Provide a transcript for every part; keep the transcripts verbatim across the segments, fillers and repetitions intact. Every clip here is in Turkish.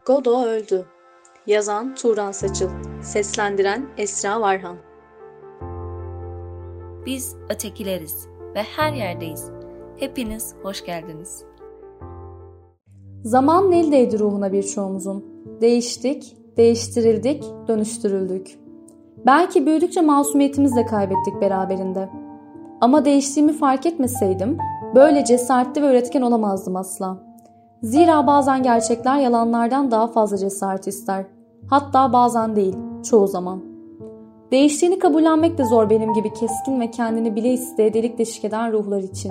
Godo öldü. Yazan Turan Saçıl. Seslendiren Esra Varhan. Biz ötekileriz ve her yerdeyiz. Hepiniz hoş geldiniz. Zaman el değdi ruhuna birçoğumuzun. Değiştik, değiştirildik, dönüştürüldük. Belki büyüdükçe masumiyetimizi de kaybettik beraberinde. Ama değiştiğimi fark etmeseydim böyle cesaretli ve üretken olamazdım asla. Zira bazen gerçekler yalanlardan daha fazla cesaret ister. Hatta bazen değil, çoğu zaman. Değiştiğini kabullenmek de zor benim gibi keskin ve kendini bile isteye delik deşik eden ruhlar için.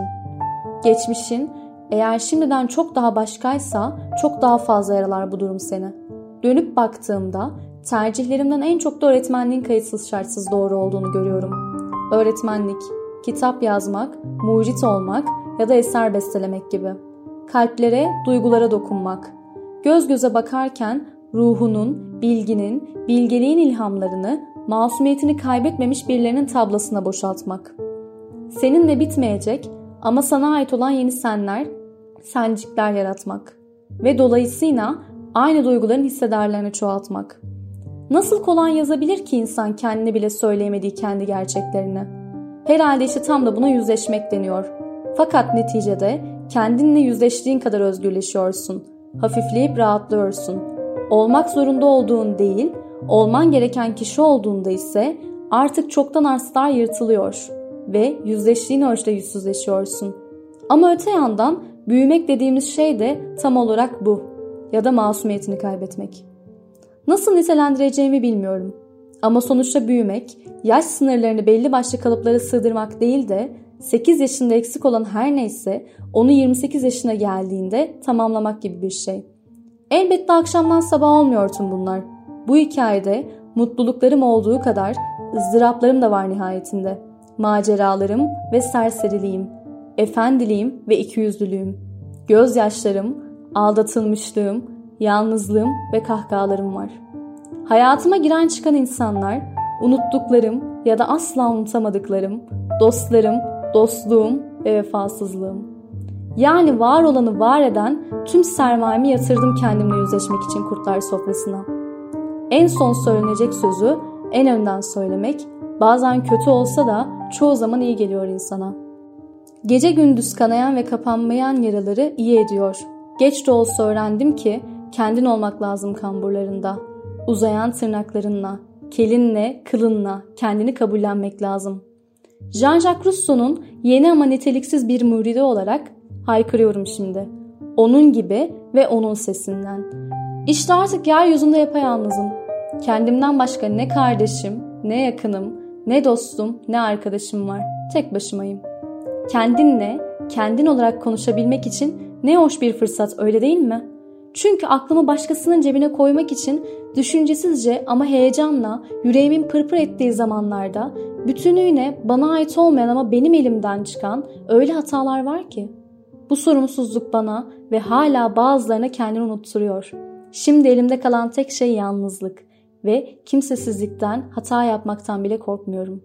Geçmişin eğer şimdiden çok daha başkaysa çok daha fazla yaralar bu durum seni. Dönüp baktığımda tercihlerimden en çok da öğretmenliğin kayıtsız şartsız doğru olduğunu görüyorum. Öğretmenlik, kitap yazmak, mucit olmak ya da eser bestelemek gibi. Kalplere, duygulara dokunmak. Göz göze bakarken ruhunun, bilginin, bilgeliğin ilhamlarını, masumiyetini kaybetmemiş birilerinin tablasına boşaltmak. Seninle bitmeyecek ama sana ait olan yeni senler, sencikler yaratmak. Ve dolayısıyla aynı duyguların hissedarlarını çoğaltmak. Nasıl kolay yazabilir ki insan kendine bile söyleyemediği kendi gerçeklerini? Herhalde işte tam da buna yüzleşmek deniyor. Fakat neticede kendinle yüzleştiğin kadar özgürleşiyorsun. Hafifleyip rahatlıyorsun. Olmak zorunda olduğun değil, olman gereken kişi olduğunda ise artık çoktan arslar yırtılıyor ve yüzleştiğin ölçüde yüzsüzleşiyorsun. Ama öte yandan büyümek dediğimiz şey de tam olarak bu ya da masumiyetini kaybetmek. Nasıl nitelendireceğimi bilmiyorum. Ama sonuçta büyümek, yaş sınırlarını belli başlı kalıplara sığdırmak değil de sekiz yaşında eksik olan her neyse onu yirmi sekiz yaşına geldiğinde tamamlamak gibi bir şey. Elbette akşamdan sabah olmuyor tüm bunlar. Bu hikayede mutluluklarım olduğu kadar ızdıraplarım da var nihayetinde. Maceralarım ve serseriliğim, efendiliğim ve ikiyüzlülüğüm, gözyaşlarım, aldatılmışlığım, yalnızlığım ve kahkahalarım var. Hayatıma giren çıkan insanlar, unuttuklarım ya da asla unutamadıklarım, dostlarım, dostluğum ve vefasızlığım. Yani var olanı var eden tüm sermayemi yatırdım kendimle yüzleşmek için kurtlar sofrasına. En son söylenecek sözü en önden söylemek bazen kötü olsa da çoğu zaman iyi geliyor insana. Gece gündüz kanayan ve kapanmayan yaraları iyi ediyor. Geç de olsa öğrendim ki kendin olmak lazım kamburlarında. Uzayan tırnaklarınla, kelinle, kılınla kendini kabullenmek lazım. Jean-Jacques Rousseau'nun yeni ama niteliksiz bir müridi olarak haykırıyorum şimdi. Onun gibi ve onun sesinden. İşte artık yeryüzünde yapayalnızım. Kendimden başka ne kardeşim, ne yakınım, ne dostum, ne arkadaşım var. Tek başımayım. Kendinle, kendin olarak konuşabilmek için ne hoş bir fırsat, öyle değil mi? Çünkü aklımı başkasının cebine koymak için düşüncesizce ama heyecanla yüreğimin pırpır ettiği zamanlarda bütünüyle bana ait olmayan ama benim elimden çıkan öyle hatalar var ki. Bu sorumsuzluk bana ve hala bazılarına kendini unutturuyor. Şimdi elimde kalan tek şey yalnızlık ve kimsesizlikten, hata yapmaktan bile korkmuyorum.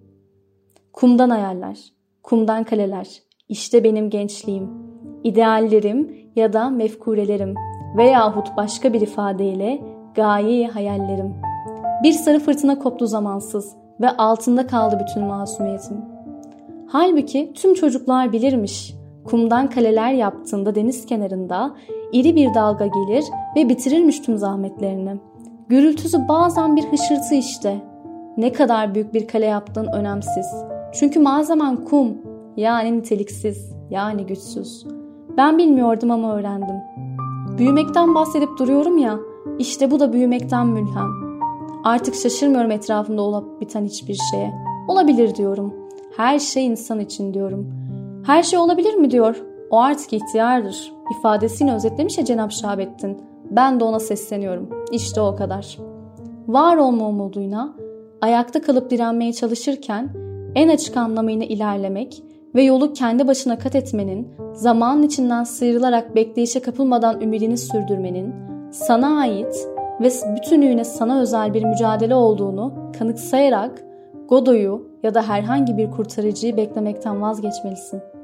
Kumdan hayaller, kumdan kaleler, işte benim gençliğim, ideallerim ya da mefkurelerim veyahut başka bir ifadeyle gaye-i hayallerim. Bir sarı fırtına koptu zamansız ve altında kaldı bütün masumiyetim. Halbuki tüm çocuklar bilirmiş, kumdan kaleler yaptığında deniz kenarında iri bir dalga gelir ve bitirirmiş tüm zahmetlerini. Gürültüsü bazen bir hışırtı işte. Ne kadar büyük bir kale yaptığın önemsiz. Çünkü malzemen kum, yani niteliksiz, yani güçsüz. Ben bilmiyordum ama öğrendim. Büyümekten bahsedip duruyorum ya, işte bu da büyümekten mülhem. Artık şaşırmıyorum etrafımda olup biten hiçbir şeye. Olabilir diyorum. Her şey insan için diyorum. Her şey olabilir mi diyor. O artık ihtiyardır. İfadesini özetlemiş ya Cenab-ı Şahabettin. Ben de ona sesleniyorum. İşte o kadar. Var olma umuduyla, ayakta kalıp direnmeye çalışırken en açık anlamıyla ilerlemek ve yolu kendi başına kat etmenin, zamanın içinden sıyrılarak bekleyişe kapılmadan ümidini sürdürmenin, sana ait ve bütünlüğüne sana özel bir mücadele olduğunu kanıksayarak Godoy'u ya da herhangi bir kurtarıcıyı beklemekten vazgeçmelisin.